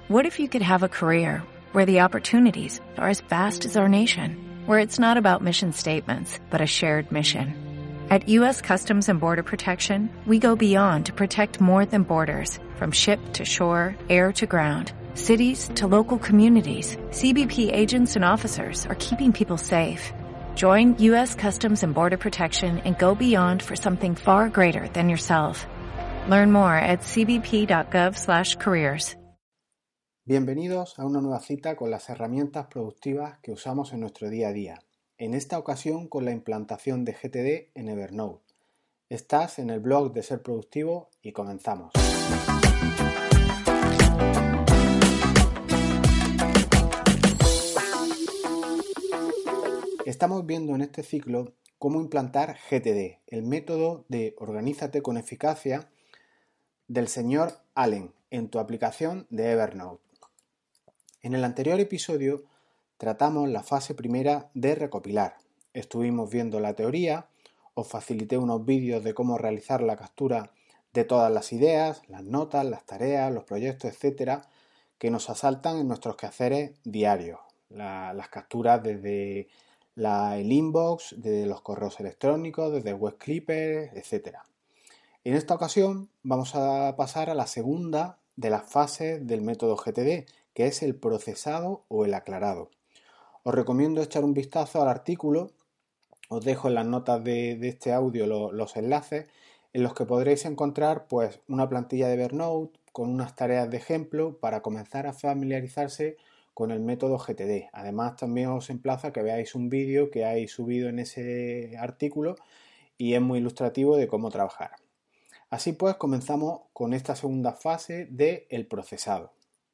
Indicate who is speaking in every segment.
Speaker 1: What if you could have a career where the opportunities are as vast as our nation, where it's not about mission statements, but a shared mission? At U.S. Customs and Border Protection, we go beyond to protect more than borders, from ship to shore, air to ground, cities to local communities. CBP agents and officers are keeping people safe. Join U.S. Customs and Border Protection and go beyond for something far greater than yourself. Learn more at cbp.gov/careers.
Speaker 2: Bienvenidos a una nueva cita con las herramientas productivas que usamos en nuestro día a día, en esta ocasión con la implantación de GTD en Evernote. Estás en el blog de Ser Productivo y comenzamos. Estamos viendo en este ciclo cómo implantar GTD, el método de Organízate con Eficacia del señor Allen en tu aplicación de Evernote. En el anterior episodio tratamos la fase primera de recopilar. Estuvimos viendo la teoría, os facilité unos vídeos de cómo realizar la captura de todas las ideas, las notas, las tareas, los proyectos, etcétera, que nos asaltan en nuestros quehaceres diarios. Las capturas desde el inbox, desde los correos electrónicos, desde web clippers, etcétera. En esta ocasión vamos a pasar a la segunda de las fases del método GTD, que es el procesado o el aclarado. Os recomiendo echar un vistazo al artículo, os dejo en las notas de este audio los enlaces en los que podréis encontrar pues, una plantilla de Evernote con unas tareas de ejemplo para comenzar a familiarizarse con el método GTD. Además también os emplazo a que veáis un vídeo que hay subido en ese artículo y es muy ilustrativo de cómo trabajar. Así pues comenzamos con esta segunda fase del procesado.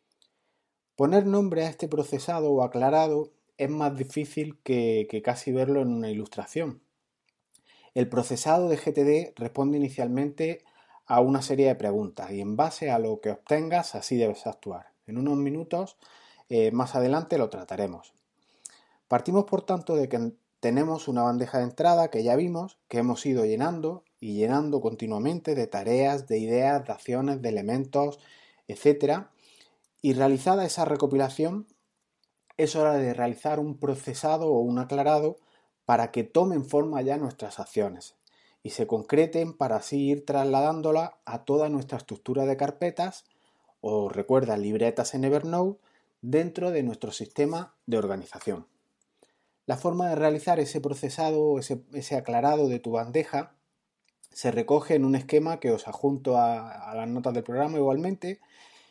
Speaker 2: Poner nombre a este procesado o aclarado es más difícil que casi verlo en una ilustración. El procesado de GTD responde inicialmente a una serie de preguntas y en base a lo que obtengas así debes actuar. En unos minutos más adelante lo trataremos. Partimos por tanto de que tenemos una bandeja de entrada que ya vimos, que hemos ido llenando y llenando continuamente de tareas, de ideas, de acciones, de elementos, etc. Y realizada esa recopilación, es hora de realizar un procesado o un aclarado para que tomen forma ya nuestras acciones y se concreten para así ir trasladándola a toda nuestra estructura de carpetas o recuerda libretas en Evernote dentro de nuestro sistema de organización. La forma de realizar ese procesado o ese aclarado de tu bandeja se recoge en un esquema que os adjunto a las notas del programa igualmente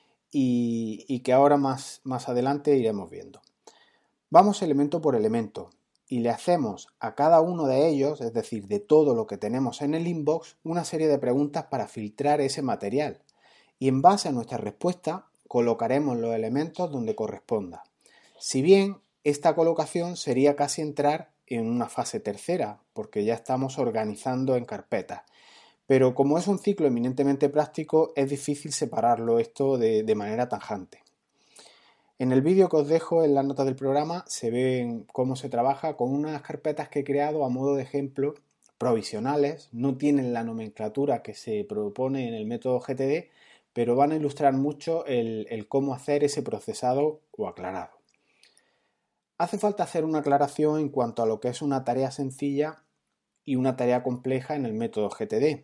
Speaker 2: y que ahora más adelante iremos viendo. Vamos elemento por elemento y le hacemos a cada uno de ellos, es decir, de todo lo que tenemos en el inbox, una serie de preguntas para filtrar ese material y en base a nuestra respuesta colocaremos los elementos donde corresponda. Si bien esta colocación sería casi entrar en una fase tercera, porque ya estamos organizando en carpetas. Pero como es un ciclo eminentemente práctico, es difícil separarlo esto de manera tajante. En el vídeo que os dejo en las notas del programa se ve cómo se trabaja con unas carpetas que he creado a modo de ejemplo, provisionales, no tienen la nomenclatura que se propone en el método GTD, pero van a ilustrar mucho el cómo hacer ese procesado o aclarado. Hace falta hacer una aclaración en cuanto a lo que es una tarea sencilla y una tarea compleja en el método GTD.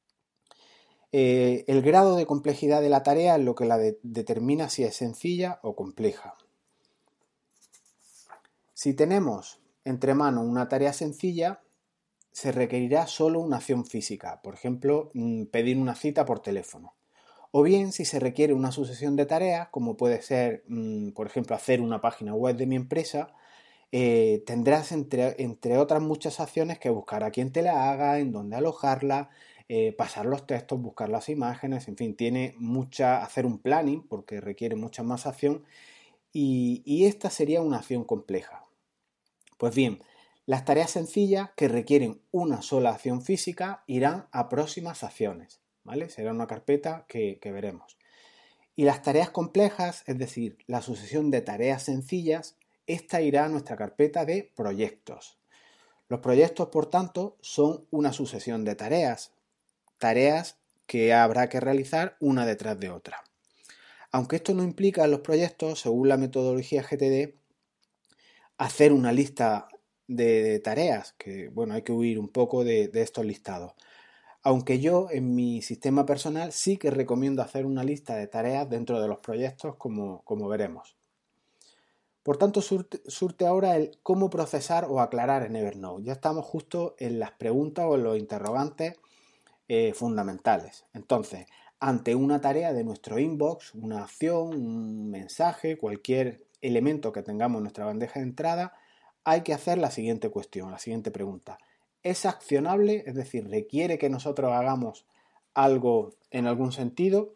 Speaker 2: El grado de complejidad de la tarea es lo que la determina si es sencilla o compleja. Si tenemos entre manos una tarea sencilla, se requerirá solo una acción física, por ejemplo, pedir una cita por teléfono. O bien, si se requiere una sucesión de tareas, como puede ser, por ejemplo, hacer una página web de mi empresa, tendrás entre otras muchas acciones que buscar a quién te la haga, en dónde alojarla, pasar los textos, buscar las imágenes, en fin, hacer un planning porque requiere mucha más acción y esta sería una acción compleja. Pues bien, las tareas sencillas que requieren una sola acción física irán a próximas acciones, ¿vale? Será una carpeta que veremos. Y las tareas complejas, es decir, la sucesión de tareas sencillas, esta irá a nuestra carpeta de proyectos. Los proyectos, por tanto, son una sucesión de tareas que habrá que realizar una detrás de otra. Aunque esto no implica en los proyectos, según la metodología GTD, hacer una lista de tareas, que bueno, hay que huir un poco de estos listados. Aunque yo en mi sistema personal sí que recomiendo hacer una lista de tareas dentro de los proyectos, como veremos. Por tanto, surte ahora el cómo procesar o aclarar en Evernote. Ya estamos justo en las preguntas o en los interrogantes fundamentales. Entonces, ante una tarea de nuestro inbox, una acción, un mensaje, cualquier elemento que tengamos en nuestra bandeja de entrada, hay que hacer la siguiente cuestión, la siguiente pregunta. ¿Es accionable? Es decir, ¿requiere que nosotros hagamos algo en algún sentido?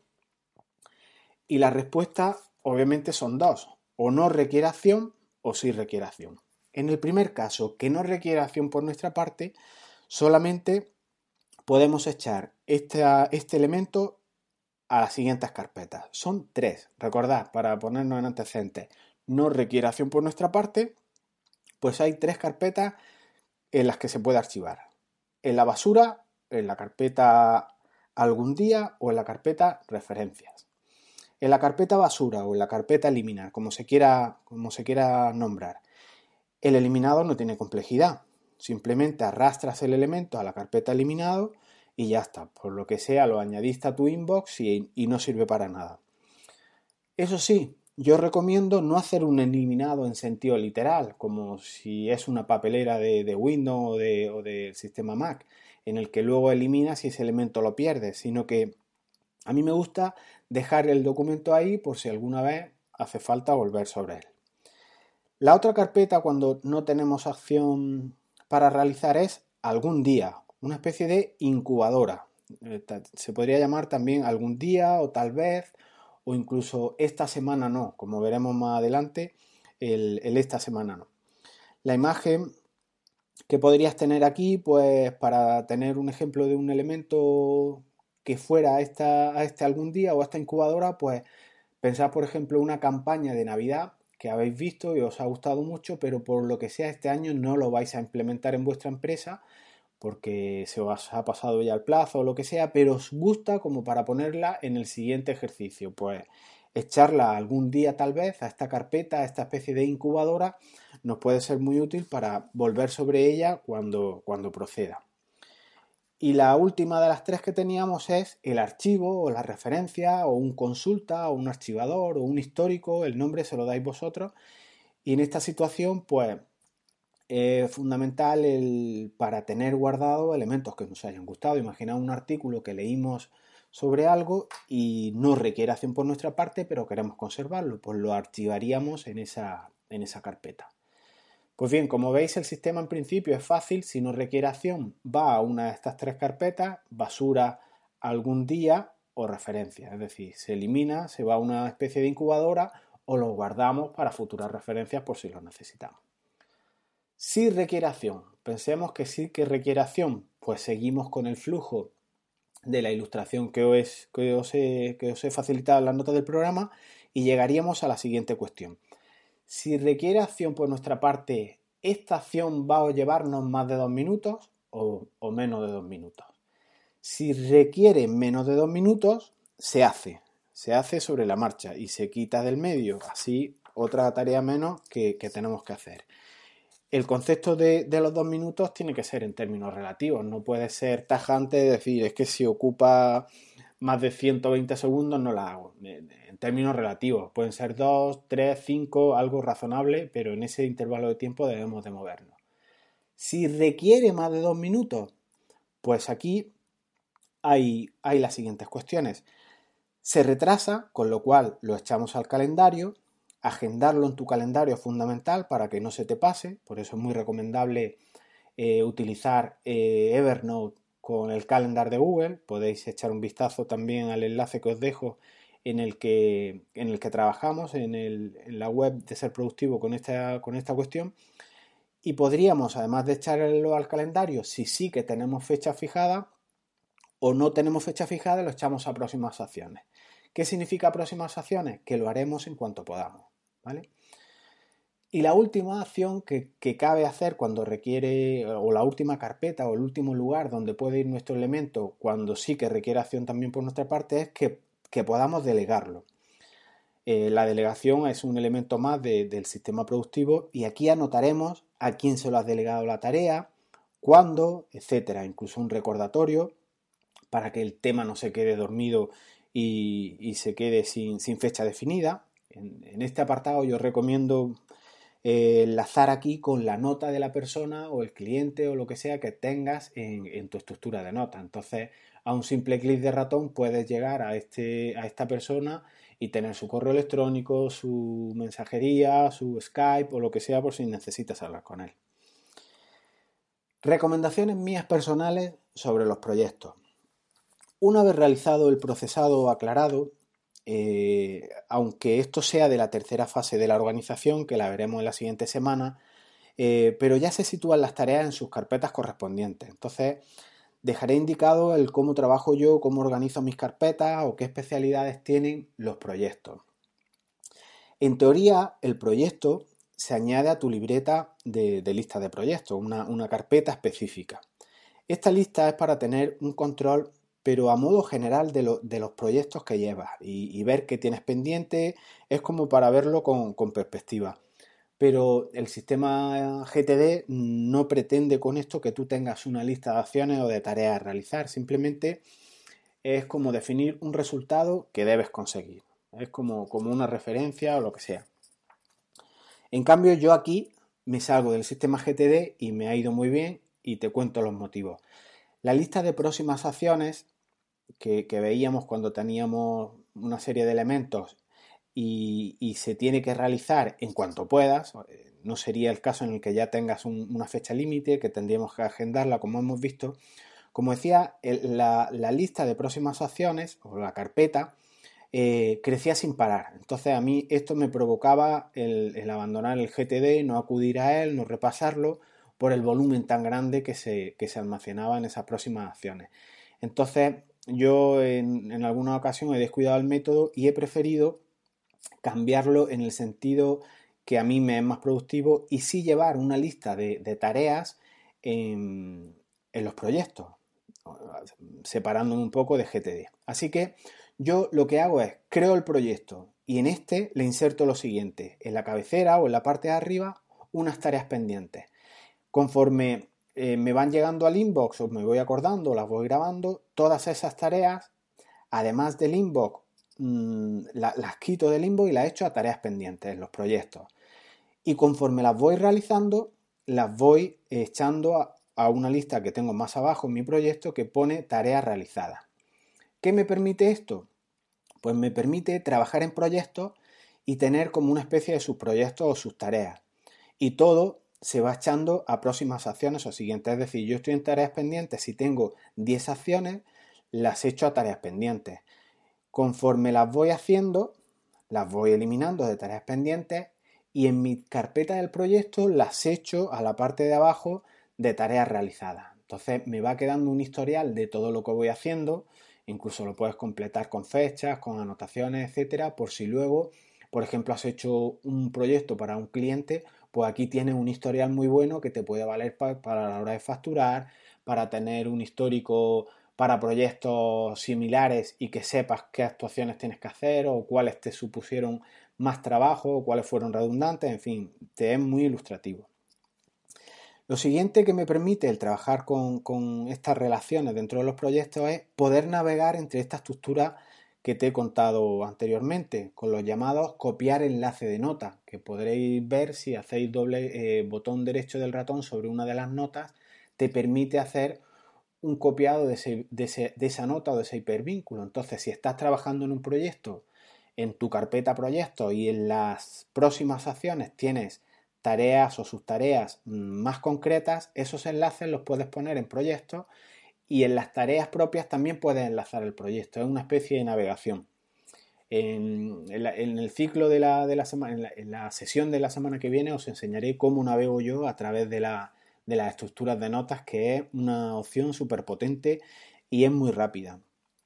Speaker 2: Y la respuesta obviamente son dos, o no requiere acción o sí requiere acción. En el primer caso, que no requiere acción por nuestra parte, solamente podemos echar este elemento a las siguientes carpetas. Son 3, recordad, para ponernos en antecedentes. No requiere acción por nuestra parte, pues hay 3 carpetas en las que se puede archivar. En la basura, en la carpeta algún día o en la carpeta referencias. En la carpeta basura o en la carpeta eliminar, como se quiera nombrar, el eliminado no tiene complejidad. Simplemente arrastras el elemento a la carpeta eliminado y ya está. Por lo que sea, lo añadiste a tu inbox y no sirve para nada. Eso sí, yo recomiendo no hacer un eliminado en sentido literal, como si es una papelera de Windows o del sistema Mac, en el que luego eliminas y ese elemento lo pierdes, sino que a mí me gusta dejar el documento ahí por si alguna vez hace falta volver sobre él. La otra carpeta, cuando no tenemos acción para realizar, es algún día, una especie de incubadora. Se podría llamar también algún día o tal vez, o incluso esta semana no, como veremos más adelante, el esta semana no. La imagen que podrías tener aquí, pues para tener un ejemplo de un elemento que fuera a este algún día o a esta incubadora, pues pensad, por ejemplo, una campaña de Navidad que habéis visto y os ha gustado mucho, pero por lo que sea este año no lo vais a implementar en vuestra empresa porque se os ha pasado ya el plazo o lo que sea, pero os gusta como para ponerla en el siguiente ejercicio. Pues echarla algún día tal vez a esta carpeta, a esta especie de incubadora, nos puede ser muy útil para volver sobre ella cuando proceda. Y la última de las 3 que teníamos es el archivo o la referencia o un consulta o un archivador o un histórico, el nombre se lo dais vosotros. Y en esta situación, pues es fundamental para tener guardado elementos que nos hayan gustado. Imaginad un artículo que leímos sobre algo y no requiere acción por nuestra parte, pero queremos conservarlo, pues lo archivaríamos en esa carpeta. Pues bien, como veis, el sistema en principio es fácil. Si no requiere acción, va a una de estas 3 carpetas, basura, algún día o referencia. Es decir, se elimina, se va a una especie de incubadora o lo guardamos para futuras referencias por si lo necesitamos. Si requiere acción, pensemos que sí que requiere acción, pues seguimos con el flujo de la ilustración que os he facilitado en las notas del programa y llegaríamos a la siguiente cuestión. Si requiere acción por nuestra parte, ¿esta acción va a llevarnos más de 2 minutos o menos de 2 minutos? Si requiere menos de 2 minutos, se hace sobre la marcha y se quita del medio. Así, otra tarea menos que tenemos que hacer. El concepto de los 2 minutos tiene que ser en términos relativos. No puede ser tajante de decir, es que si ocupa más de 120 segundos no la hago. En términos relativos, pueden ser 2, 3, 5, algo razonable, pero en ese intervalo de tiempo debemos de movernos. Si requiere más de 2 minutos, pues aquí hay las siguientes cuestiones. Se retrasa, con lo cual lo echamos al calendario. Agendarlo en tu calendario es fundamental para que no se te pase, por eso es muy recomendable utilizar Evernote con el calendar de Google. Podéis echar un vistazo también al enlace que os dejo en el que trabajamos en la web de Ser Productivo con esta cuestión. Y podríamos, además de echarlo al calendario, si sí que tenemos fecha fijada o no tenemos fecha fijada, lo echamos a próximas acciones. ¿Qué significa próximas acciones? Que lo haremos en cuanto podamos, ¿vale? Y la última acción que cabe hacer cuando requiere, o la última carpeta o el último lugar donde puede ir nuestro elemento cuando sí que requiere acción también por nuestra parte, es que podamos delegarlo. La delegación es un elemento más del sistema productivo y aquí anotaremos a quién se lo has delegado la tarea, cuándo, etcétera. Incluso un recordatorio para que el tema no se quede dormido y se quede sin fecha definida. En este apartado yo recomiendo enlazar aquí con la nota de la persona o el cliente o lo que sea que tengas en tu estructura de notas. Entonces, a un simple clic de ratón puedes llegar a esta persona y tener su correo electrónico, su mensajería, su Skype o lo que sea por si necesitas hablar con él. Recomendaciones mías personales sobre los proyectos. Una vez realizado el procesado o aclarado, aunque esto sea de la tercera fase de la organización, que la veremos en la siguiente semana, pero ya se sitúan las tareas en sus carpetas correspondientes. Entonces, dejaré indicado el cómo trabajo yo, cómo organizo mis carpetas o qué especialidades tienen los proyectos. En teoría, el proyecto se añade a tu libreta de lista de proyectos, una carpeta específica. Esta lista es para tener un control, pero a modo general de los proyectos que llevas y ver qué tienes pendiente, es como para verlo con perspectiva. Pero el sistema GTD no pretende con esto que tú tengas una lista de acciones o de tareas a realizar, simplemente es como definir un resultado que debes conseguir, es como una referencia o lo que sea. En cambio, yo aquí me salgo del sistema GTD y me ha ido muy bien y te cuento los motivos. La lista de próximas acciones que veíamos cuando teníamos una serie de elementos y se tiene que realizar en cuanto puedas, no sería el caso en el que ya tengas una fecha límite, que tendríamos que agendarla como hemos visto. Como decía, la lista de próximas acciones o la carpeta crecía sin parar. Entonces a mí esto me provocaba el abandonar el GTD, no acudir a él, no repasarlo por el volumen tan grande que se almacenaba en esas próximas acciones. Entonces yo en alguna ocasión he descuidado el método y he preferido cambiarlo en el sentido que a mí me es más productivo y sí llevar una lista de tareas en los proyectos, separándome un poco de GTD. Así que yo lo que hago es creo el proyecto y en este le inserto lo siguiente, en la cabecera o en la parte de arriba, unas tareas pendientes. Conforme me van llegando al inbox o me voy acordando, las voy grabando, todas esas tareas, además del inbox, las quito del inbox y las echo a tareas pendientes en los proyectos. Y conforme las voy realizando, las voy echando a una lista que tengo más abajo en mi proyecto que pone tareas realizadas. ¿Qué me permite esto? Pues me permite trabajar en proyectos y tener como una especie de subproyectos o subtareas. Y todo se va echando a próximas acciones o siguientes. Es decir, yo estoy en tareas pendientes, si tengo 10 acciones, las echo a tareas pendientes. Conforme las voy haciendo, las voy eliminando de tareas pendientes y en mi carpeta del proyecto las echo a la parte de abajo de tareas realizadas. Entonces me va quedando un historial de todo lo que voy haciendo, incluso lo puedes completar con fechas, con anotaciones, etcétera, por si luego, por ejemplo, has hecho un proyecto para un cliente, pues aquí tienes un historial muy bueno que te puede valer para la hora de facturar, para tener un histórico para proyectos similares y que sepas qué actuaciones tienes que hacer o cuáles te supusieron más trabajo o cuáles fueron redundantes, en fin, te es muy ilustrativo. Lo siguiente que me permite el trabajar con estas relaciones dentro de los proyectos es poder navegar entre esta estructura que te he contado anteriormente, con los llamados copiar enlace de nota, que podréis ver si hacéis doble botón derecho del ratón sobre una de las notas, te permite hacer un copiado de esa nota o de ese hipervínculo. Entonces, si estás trabajando en un proyecto, en tu carpeta proyectos y en las próximas acciones tienes tareas o subtareas más concretas, esos enlaces los puedes poner en proyectos y en las tareas propias también puedes enlazar el proyecto. Es una especie de navegación. En el ciclo de la semana, en la sesión de la semana que viene os enseñaré cómo navego yo a través de las estructuras de notas, que es una opción súper potente y es muy rápida.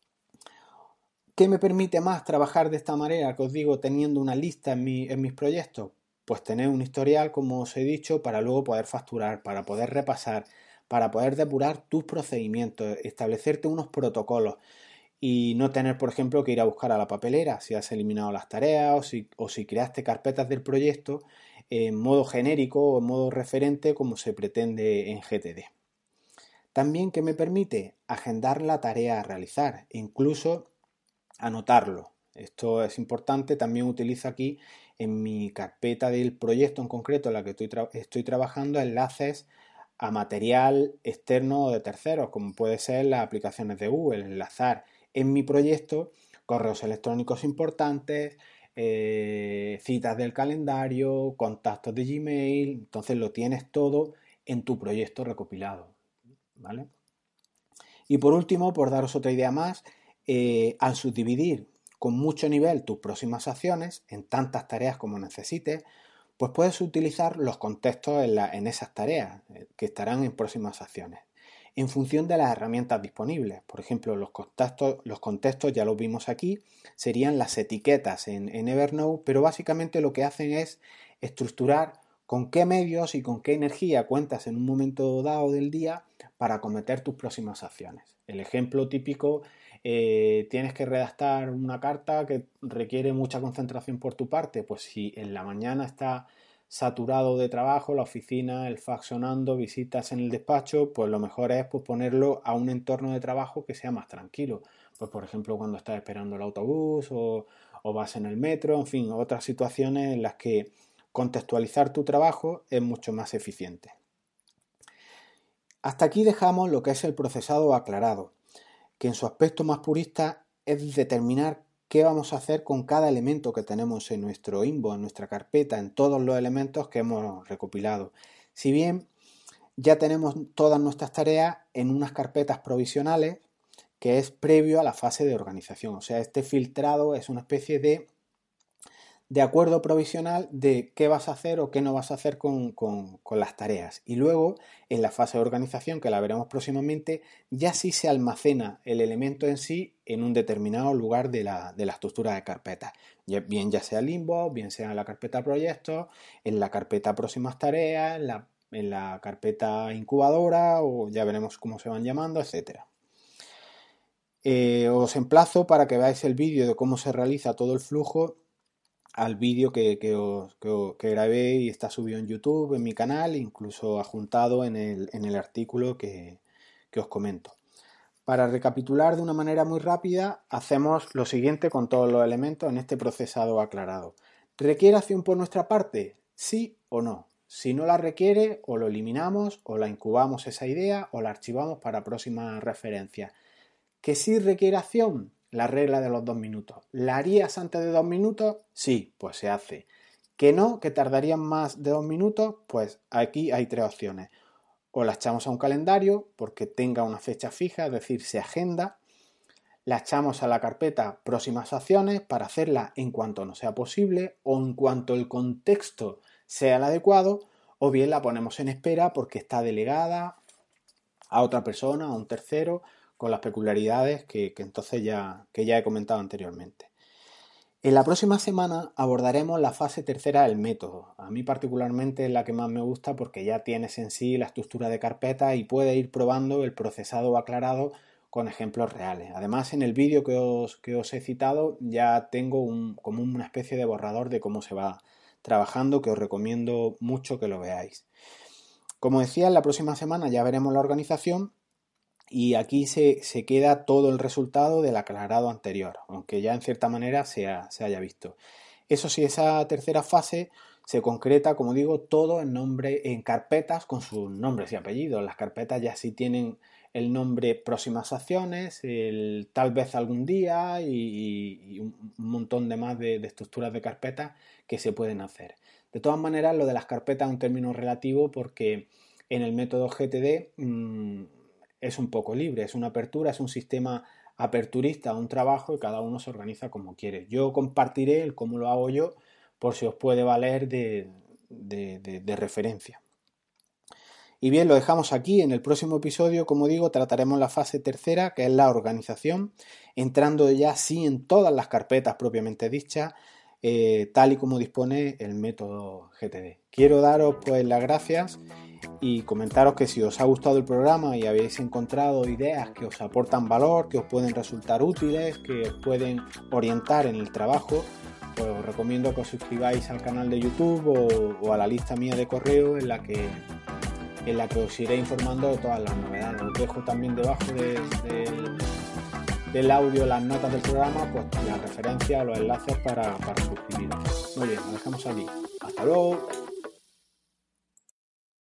Speaker 2: ¿Qué me permite más trabajar de esta manera, que os digo, teniendo una lista en mis proyectos? Pues tener un historial, como os he dicho, para luego poder facturar, para poder repasar, para poder depurar tus procedimientos, establecerte unos protocolos y no tener, por ejemplo, que ir a buscar a la papelera si has eliminado las tareas o si creaste carpetas del proyecto en modo genérico o en modo referente como se pretende en GTD. También que me permite agendar la tarea a realizar e incluso anotarlo. Esto es importante, también utilizo aquí en mi carpeta del proyecto en concreto en la que estoy trabajando enlaces a material externo o de terceros, como puede ser las aplicaciones de Google, enlazar en mi proyecto correos electrónicos importantes, citas del calendario, contactos de Gmail, entonces lo tienes todo en tu proyecto recopilado, ¿vale? Y por último, por daros otra idea más, al subdividir con mucho nivel tus próximas acciones en tantas tareas como necesites, pues puedes utilizar los contextos en esas tareas que estarán en próximas acciones en función de las herramientas disponibles. Por ejemplo, los contextos ya los vimos aquí, serían las etiquetas en Evernote, pero básicamente lo que hacen es estructurar con qué medios y con qué energía cuentas en un momento dado del día para acometer tus próximas acciones. El ejemplo típico, tienes que redactar una carta que requiere mucha concentración por tu parte, pues si en la mañana está saturado de trabajo, la oficina, el fax sonando, visitas en el despacho, pues lo mejor es pues, ponerlo a un entorno de trabajo que sea más tranquilo. Pues por ejemplo cuando estás esperando el autobús o vas en el metro, en fin, otras situaciones en las que contextualizar tu trabajo es mucho más eficiente. Hasta aquí dejamos lo que es el procesado aclarado, que en su aspecto más purista es determinar qué vamos a hacer con cada elemento que tenemos en nuestro inbox, en nuestra carpeta, en todos los elementos que hemos recopilado. Si bien ya tenemos todas nuestras tareas en unas carpetas provisionales, que es previo a la fase de organización. O sea, este filtrado es una especie de acuerdo provisional de qué vas a hacer o qué no vas a hacer con las tareas. Y luego, en la fase de organización, que la veremos próximamente, ya sí se almacena el elemento en sí en un determinado lugar de la estructura de carpetas. Bien ya sea el inbox, bien sea en la carpeta proyectos, en la carpeta próximas tareas, en la carpeta incubadora, o ya veremos cómo se van llamando, etc. Os emplazo para que veáis el vídeo de cómo se realiza todo el flujo al vídeo que grabé y está subido en YouTube, en mi canal, incluso adjuntado en el artículo que os comento. Para recapitular de una manera muy rápida, hacemos lo siguiente con todos los elementos en este procesado aclarado. ¿Requiere acción por nuestra parte? ¿Sí o no? Si no la requiere, o lo eliminamos, o la incubamos esa idea, o la archivamos para próximas referencias. ¿Que sí requiere acción? La regla de los 2 minutos. ¿La harías antes de 2 minutos? Sí, pues se hace. ¿Que no? ¿Que tardarían más de 2 minutos? Pues aquí hay 3 opciones. O la echamos a un calendario porque tenga una fecha fija, es decir, se agenda. La echamos a la carpeta próximas acciones para hacerla en cuanto nos sea posible o en cuanto el contexto sea el adecuado, o bien la ponemos en espera porque está delegada a otra persona, a un tercero, con las peculiaridades que entonces ya he comentado anteriormente. En la próxima semana abordaremos la fase tercera del método. A mí particularmente es la que más me gusta porque ya tienes en sí la estructura de carpeta y puedes ir probando el procesado aclarado con ejemplos reales. Además, en el vídeo que os he citado ya tengo como una especie de borrador de cómo se va trabajando, que os recomiendo mucho que lo veáis. Como decía, en la próxima semana ya veremos la organización y aquí se queda todo el resultado del aclarado anterior, aunque ya en cierta manera se haya visto. Eso sí, esa tercera fase se concreta, como digo, todo en carpetas con sus nombres y apellidos. Las carpetas ya sí tienen el nombre próximas acciones, tal vez algún día y un montón de más de estructuras de carpetas que se pueden hacer. De todas maneras, lo de las carpetas es un término relativo porque en el método GTD es un poco libre, es una apertura, es un sistema aperturista a un trabajo y cada uno se organiza como quiere. Yo compartiré el cómo lo hago yo por si os puede valer de referencia. Y bien, lo dejamos aquí. En el próximo episodio, como digo, trataremos la fase tercera, que es la organización, entrando ya sí en todas las carpetas propiamente dichas, tal y como dispone el método GTD. Quiero daros pues las gracias y comentaros que si os ha gustado el programa y habéis encontrado ideas que os aportan valor, que os pueden resultar útiles, que os pueden orientar en el trabajo, pues os recomiendo que os suscribáis al canal de YouTube o a la lista mía de correo en la que os iré informando de todas las novedades. Os dejo también debajo del audio, las notas del programa, pues las referencias o los enlaces para suscribiros. Muy bien, nos dejamos aquí. Hasta luego.